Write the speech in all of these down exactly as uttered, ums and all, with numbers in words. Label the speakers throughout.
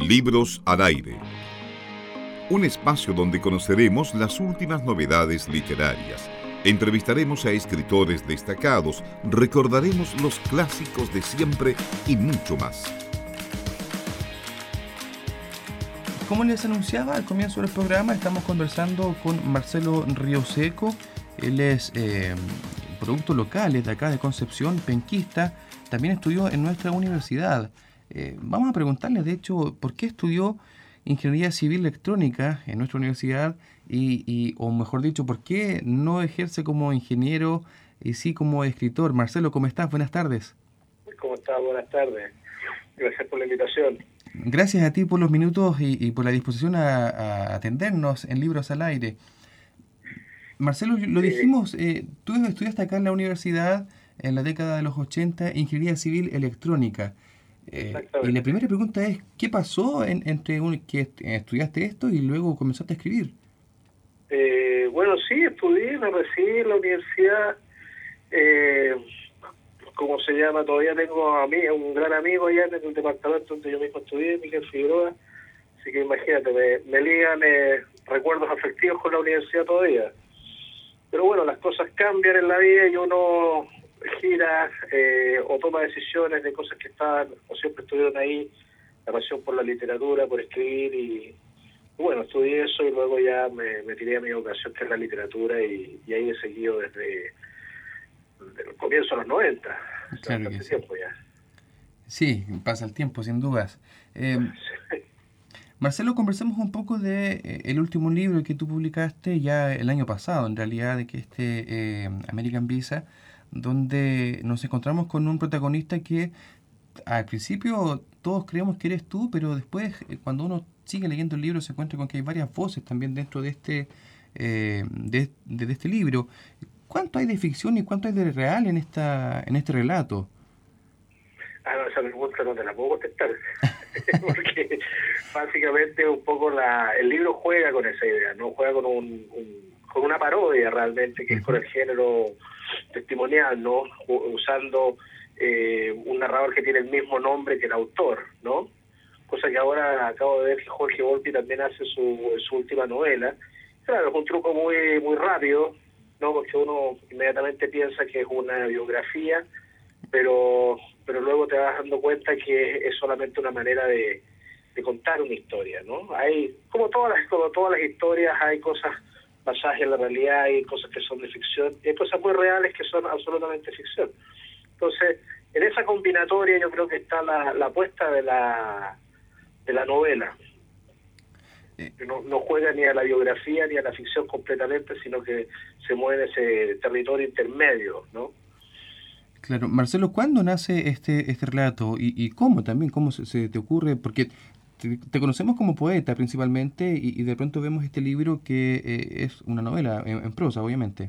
Speaker 1: Libros al aire. Un espacio donde conoceremos las últimas novedades literarias. Entrevistaremos a escritores destacados, recordaremos los clásicos de siempre y mucho más.
Speaker 2: Como les anunciaba al comienzo del programa, estamos conversando con Marcelo Rioseco. Él es eh, producto local, es de acá de Concepción, penquista. También estudió en nuestra universidad. Eh, vamos a preguntarle, de hecho, por qué estudió Ingeniería Civil Electrónica en nuestra universidad y, y, o mejor dicho, por qué no ejerce como ingeniero y sí como escritor. Marcelo, ¿cómo estás? Buenas tardes.
Speaker 3: ¿Cómo estás? Buenas tardes. Gracias por la invitación.
Speaker 2: Gracias a ti por los minutos y, y por la disposición a, a atendernos en Libros al Aire. Marcelo, lo
Speaker 3: Sí.
Speaker 2: dijimos, eh, tú estudiaste acá en la universidad en la década de los ochenta, Ingeniería Civil Electrónica. Eh, y la primera pregunta es, ¿qué pasó en, entre un, que estudiaste esto y luego comenzaste a escribir?
Speaker 3: Eh, bueno, sí, estudié, me recibí en la universidad. Eh, ¿Cómo se llama? Todavía tengo a mí, un gran amigo allá en el departamento donde yo mismo estudié, Miguel Figueroa. Así que imagínate, me, me ligan eh, recuerdos afectivos con la universidad todavía. Pero bueno, las cosas cambian en la vida y uno gira eh, o toma decisiones de cosas que estaban o siempre estuvieron ahí, la pasión por la literatura, por escribir y, y bueno, estudié eso y luego ya me, me tiré a mi vocación que es la literatura y, y ahí he seguido desde, desde el comienzo de los noventa,
Speaker 2: Claro
Speaker 3: bastante
Speaker 2: que sí.
Speaker 3: tiempo ya.
Speaker 2: Sí, pasa el tiempo, sin dudas. Eh, Marcelo, conversemos un poco de eh, el último libro que tú publicaste ya el año pasado, en realidad, de que este eh, American Visa, donde nos encontramos con un protagonista que al principio todos creemos que eres tú, pero después eh, cuando uno sigue leyendo el libro se encuentra con que hay varias voces también dentro de este eh, de, de, de este libro. ¿Cuánto hay de ficción y cuánto hay de real en esta en este relato?
Speaker 3: Ah, no, esa pregunta no te la puedo contestar, porque básicamente un poco la el libro juega con esa idea, no juega con un, un con una parodia realmente, que es con el género testimonial, ¿no? Usando eh, un narrador que tiene el mismo nombre que el autor, ¿no? Cosa que ahora acabo de ver que Jorge Volpi también hace su, su última novela. Claro, es un truco muy muy rápido, ¿no? Porque uno inmediatamente piensa que es una biografía, pero pero luego te vas dando cuenta que es solamente una manera de, de contar una historia, ¿no? Hay, como todas las como todas las historias, hay cosas basadas en la realidad, hay cosas que son de ficción, y hay cosas muy reales que son absolutamente ficción. Entonces, en esa combinatoria yo creo que está la, la apuesta de la de la novela. No, no juega ni a la biografía ni a la ficción completamente, sino que se mueve en ese territorio intermedio, ¿no?
Speaker 2: Claro, Marcelo, ¿cuándo nace este este relato y, y cómo también, cómo se, se te ocurre? Porque te, te conocemos como poeta principalmente y, y de pronto vemos este libro que eh, es una novela en, en prosa, obviamente.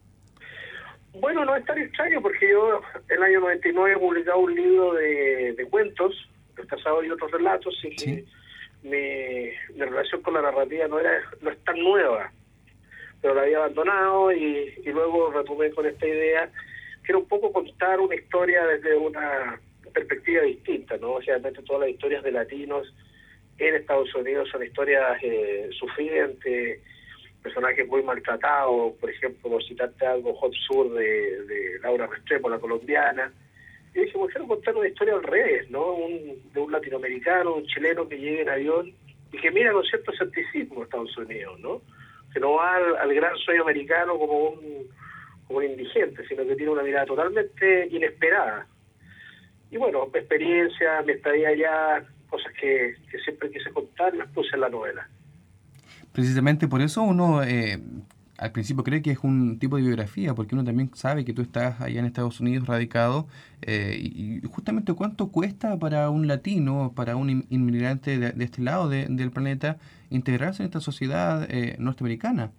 Speaker 3: Bueno, no es tan extraño porque yo el año noventa y nueve he publicado un libro de, de cuentos, Los Casados y otros relatos, y
Speaker 2: Sí.
Speaker 3: mi, mi relación con la narrativa no era no es tan nueva, pero la había abandonado y, y luego retomé con esta idea que era un poco contar una historia desde una perspectiva distinta, ¿no? Generalmente todas las historias de latinos en Estados Unidos son historias eh, sufrientes, personajes muy maltratados, por ejemplo, por citarte algo, Hot Sur de, de Laura Restrepo, la colombiana. Y dije, ¿por qué no contar una historia al revés, ¿no? Un, de un latinoamericano, un chileno que llegue en avión y que mira con cierto escepticismo a Estados Unidos, ¿no? Que no va al, al gran sueño americano como un, como un indigente, sino que tiene una mirada totalmente inesperada. Y bueno, experiencia, mi estadía allá, cosas que, que siempre quise contar, las puse en la novela.
Speaker 2: Precisamente por eso uno eh, al principio cree que es un tipo de biografía, porque uno también sabe que tú estás allá en Estados Unidos radicado eh, y, y justamente cuánto cuesta para un latino, para un in- inmigrante de, de este lado de- del planeta, integrarse en esta sociedad eh, norteamericana.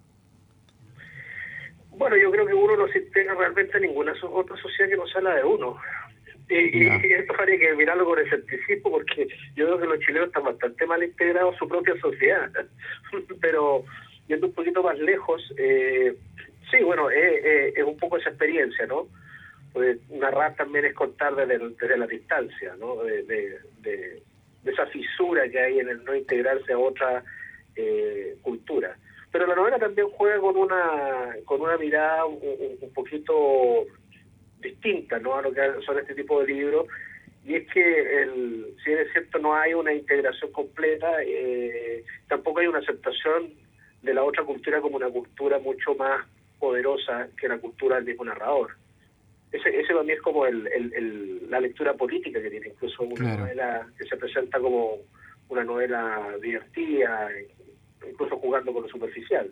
Speaker 3: Bueno, yo creo que uno no se integra realmente a ninguna so- otra sociedad que no sea la de uno. Y, y,
Speaker 2: Ya.
Speaker 3: y esto habría que mirarlo con escepticismo porque yo creo que los chilenos están bastante mal integrados a su propia sociedad. Pero yendo un poquito más lejos, eh, sí, bueno, es, es, es un poco esa experiencia, ¿no? Pues narrar también es contar desde, el- desde la distancia, ¿no? De, de, de, de esa fisura que hay en el no integrarse a otra eh, cultura. Pero la novela también juega con una con una mirada un, un poquito distinta, ¿no?, a lo que son este tipo de libros, y es que, el, si bien es cierto, no hay una integración completa, eh, tampoco hay una aceptación de la otra cultura como una cultura mucho más poderosa que la cultura del mismo narrador. Ese, ese para mí es como el, el, el, la lectura política que tiene, incluso una claro. novela que se presenta como una novela divertida, incluso jugando con lo superficial.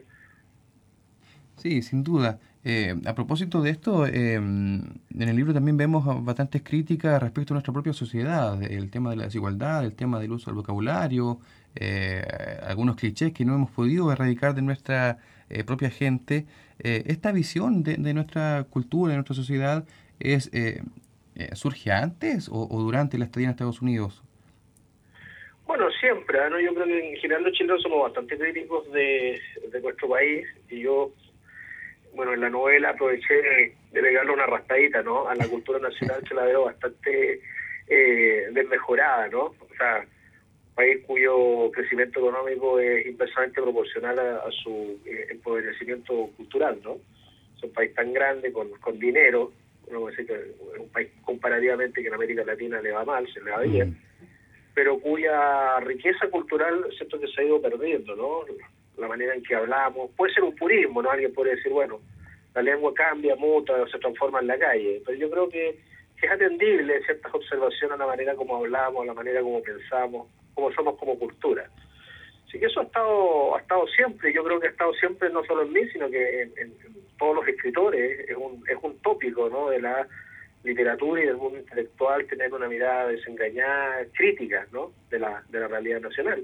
Speaker 2: Sí, sin duda. Eh, a propósito de esto, eh, en el libro también vemos bastantes críticas respecto a nuestra propia sociedad, el tema de la desigualdad, el tema del uso del vocabulario, eh, algunos clichés que no hemos podido erradicar de nuestra eh, propia gente. Eh, esta visión de, de nuestra cultura, de nuestra sociedad, es eh, eh, ¿surge antes o, o durante la estadía en Estados Unidos?
Speaker 3: Bueno, siempre, ¿no? Yo creo que en general los chilenos somos bastante críticos de, de nuestro país, y yo, bueno, en la novela aproveché de, de pegarle una raspadita, ¿no?, a la cultura nacional, que la veo bastante eh, desmejorada, ¿no? O sea, un país cuyo crecimiento económico es inversamente proporcional a, a su eh, empobrecimiento cultural, ¿no? Es un país tan grande, con, con dinero, uno puede decir que es un país comparativamente que en América Latina le va mal, se le va bien, pero cuya riqueza cultural siento que se ha ido perdiendo, ¿no? La manera en que hablamos, puede ser un purismo, ¿no? Alguien puede decir, bueno, la lengua cambia, muta, se transforma en la calle, pero yo creo que, que es atendible ciertas observaciones a la manera como hablamos, a la manera como pensamos, como somos como cultura. Así que eso ha estado ha estado siempre, yo creo que ha estado siempre no solo en mí, sino que en, en, en todos los escritores, es un, es un tópico, ¿no?, de la literatura y del mundo intelectual, tener una mirada desengañada, crítica, ¿no?, de la, de la realidad nacional.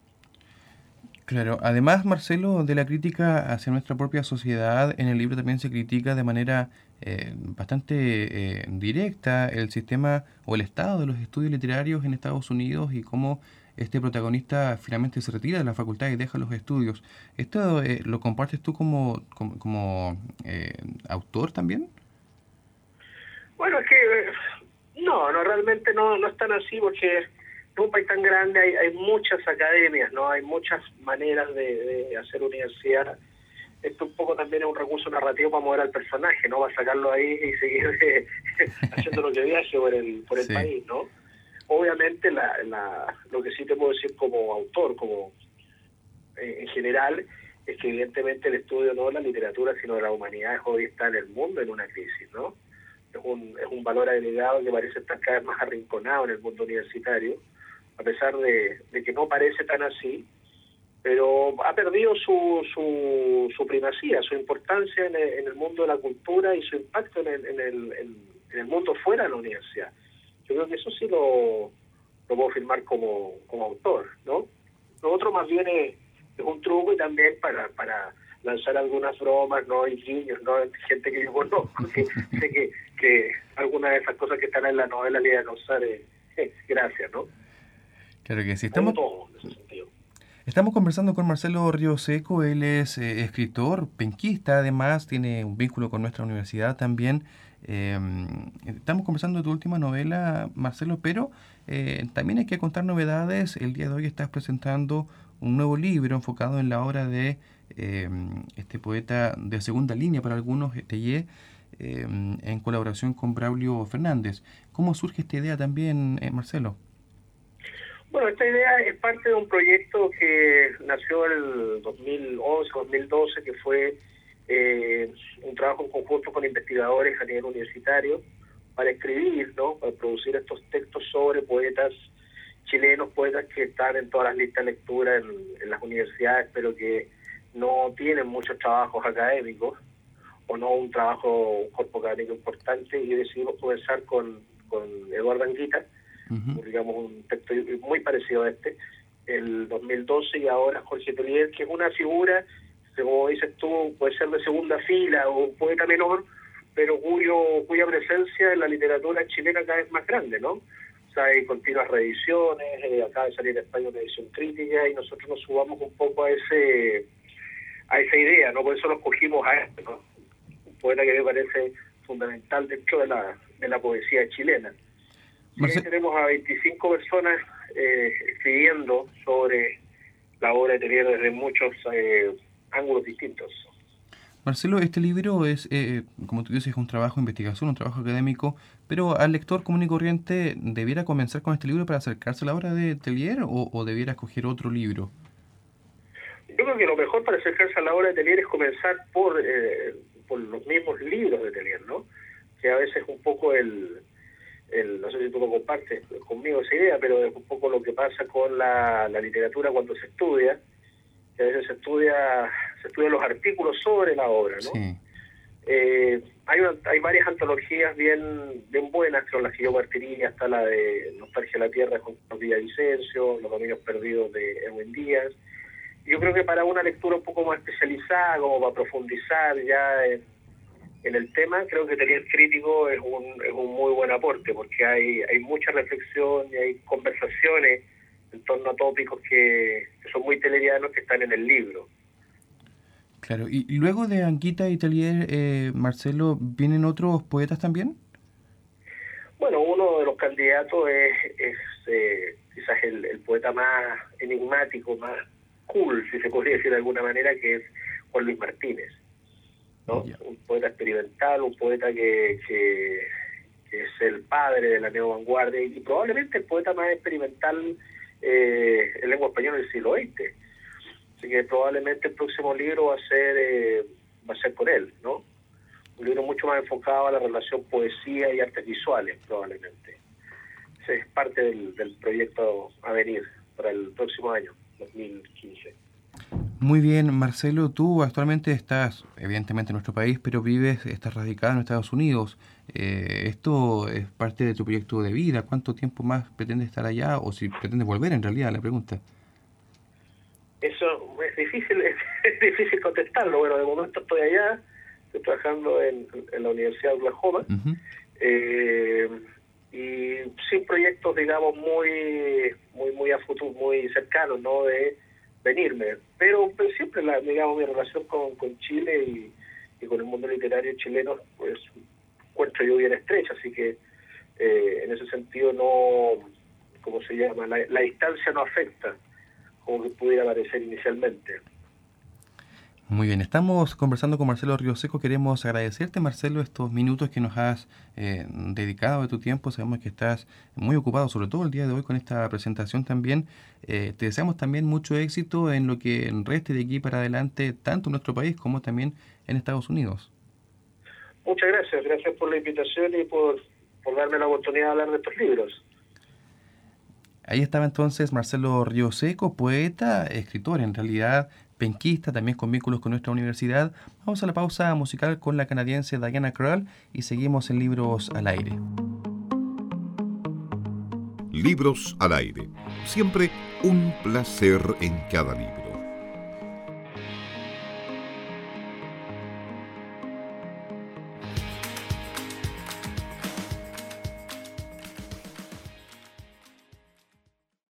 Speaker 2: Claro, además, Marcelo, de la crítica hacia nuestra propia sociedad, en el libro también se critica de manera eh, bastante eh, directa el sistema o el estado de los estudios literarios en Estados Unidos y cómo este protagonista finalmente se retira de la facultad y deja los estudios. ¿Esto eh, lo compartes tú como, como, como eh, autor también?
Speaker 3: Bueno, es que no, no realmente no, no es tan así, porque en un país tan grande hay, hay muchas academias, no, hay muchas maneras de, de hacer universidad. Esto un poco también es un recurso narrativo para mover al personaje, no, va a sacarlo ahí y seguir eh, haciendo lo que viaje por el por el sí. país, ¿no? Obviamente la, la, lo que sí te puedo decir como autor, como eh, en general, es que evidentemente el estudio no de la literatura, sino de la humanidad hoy está en el mundo en una crisis, ¿no? Es un, es un valor agregado que parece estar cada vez más arrinconado en el mundo universitario, a pesar de, de que no parece tan así, pero ha perdido su, su, su primacía, su importancia en el, en el mundo de la cultura y su impacto en el, en, el, en, en el mundo fuera de la universidad. Yo creo que eso sí lo, lo puedo firmar como, como autor, ¿no? Lo otro más bien es, es un truco, y también para... para lanzar algunas bromas, ¿no?, y guiños, ¿no?, gente que yo conozco, que sé que, que algunas de esas cosas que están en la novela le iban a causar eh, eh, gracias, ¿no?
Speaker 2: Claro que sí. Estamos,
Speaker 3: todo, en ese sentido.
Speaker 2: Estamos conversando con Marcelo Ríos Seco. Él es eh, escritor, penquista, además tiene un vínculo con nuestra universidad también. Eh, estamos conversando de tu última novela, Marcelo, pero eh, también hay que contar novedades. El día de hoy estás presentando un nuevo libro enfocado en la obra de eh, este poeta de segunda línea para algunos, Tellé, eh, en colaboración con Braulio Fernández. ¿Cómo surge esta idea también, eh, Marcelo?
Speaker 3: Bueno, esta idea es parte de un proyecto que nació el dos mil once, dos mil doce, que fue eh, un trabajo en conjunto con investigadores a nivel universitario para escribir, ¿no?, para producir estos textos sobre poetas chilenos, poetas que están en todas las listas de lectura en, en las universidades, pero que no tienen muchos trabajos académicos o no un trabajo, un cuerpo académico importante, y decidimos comenzar con, con Eduardo Anguita, uh-huh. digamos un texto muy parecido a este, el dos mil doce, y ahora Jorge Telier, que es una figura, como dices tú, puede ser de segunda fila o un poeta menor, pero cuyo cuya presencia en la literatura chilena cada vez más grande, ¿no? O sea, hay continuas reediciones, eh, acaba de salir en España una edición crítica, y nosotros nos subamos un poco a ese a esa idea, ¿no? Por eso nos cogimos a esto, ¿no? Un poeta que me parece fundamental dentro de la de la poesía chilena. Marce... Tenemos a veinticinco personas eh, escribiendo sobre la obra de Telier desde muchos eh, ángulos distintos.
Speaker 2: Marcelo, este libro es, eh, como tú dices, es un trabajo de investigación, un trabajo académico, pero al lector común y corriente, ¿debiera comenzar con este libro para acercarse a la obra de Telier o, o debiera escoger otro libro?
Speaker 3: Yo creo que lo mejor para acercarse a la obra de Telier es comenzar por, eh, por los mismos libros de Telier, ¿no? Que a veces un poco el, el, no sé si tú lo compartes conmigo esa idea, pero es un poco lo que pasa con la, la literatura cuando se estudia, que a veces se estudia, se estudian los artículos sobre la obra, ¿no?
Speaker 2: Sí.
Speaker 3: Eh, hay, una, hay varias antologías bien bien buenas, con las que yo partiría, hasta la de Nostalgia de la Tierra con Villavicencio, Los Dominios Perdidos de Erwin Díaz. Yo creo que para una lectura un poco más especializada, como para profundizar ya en, en el tema, creo que Telier Crítico es un, es un muy buen aporte, porque hay, hay mucha reflexión y hay conversaciones en torno a tópicos que, que son muy telerianos, que están en el libro.
Speaker 2: Claro, y luego de Anguita y Telier, eh, Marcelo, ¿vienen otros poetas también?
Speaker 3: Bueno, uno de los candidatos es, es eh, quizás el, el poeta más enigmático, más cool, si se podría decir de alguna manera, que es Juan Luis Martínez, ¿no? Yeah. Un poeta experimental, un poeta que, que, que es el padre de la neovanguardia y probablemente el poeta más experimental eh, en lengua española del siglo veinte. Así que probablemente el próximo libro va a ser eh, va a ser con él, ¿no? Un libro mucho más enfocado a la relación poesía y artes visuales, probablemente. Ese es parte del, del proyecto a venir para el próximo año, dos mil quince.
Speaker 2: Muy bien, Marcelo, tú actualmente estás, evidentemente, en nuestro país, pero vives, estás radicado en Estados Unidos. Eh, ¿Esto es parte de tu proyecto de vida? ¿Cuánto tiempo más pretendes estar allá? O si pretendes volver, en realidad, la pregunta.
Speaker 3: Eso es difícil, es, es difícil contestarlo. Bueno, de momento estoy allá, estoy trabajando en, en la Universidad de Oklahoma, uh-huh. eh, y sin proyectos, digamos, muy muy muy a futuro, muy cercanos, ¿no? De venirme. Pero, pero siempre, la, digamos, mi relación con, con Chile y, y con el mundo literario chileno, pues, encuentro yo bien estrecha, así que eh, en ese sentido no, ¿cómo se llama? La, la distancia no afecta como que pudiera parecer inicialmente.
Speaker 2: Muy bien, estamos conversando con Marcelo Rioseco. Queremos agradecerte, Marcelo, estos minutos que nos has eh, dedicado de tu tiempo. Sabemos que estás muy ocupado, sobre todo el día de hoy con esta presentación también. Eh, te deseamos también mucho éxito en lo que reste de aquí para adelante, tanto en nuestro país como también en Estados Unidos.
Speaker 3: Muchas gracias, gracias por la invitación y por, por darme la oportunidad de hablar de estos libros.
Speaker 2: Ahí estaba entonces Marcelo Rioseco, poeta, escritor en realidad, penquista, también con vínculos con nuestra universidad. Vamos a la pausa musical con la canadiense Diana Krall y seguimos en Libros al Aire.
Speaker 1: Libros al Aire. Siempre un placer en cada libro.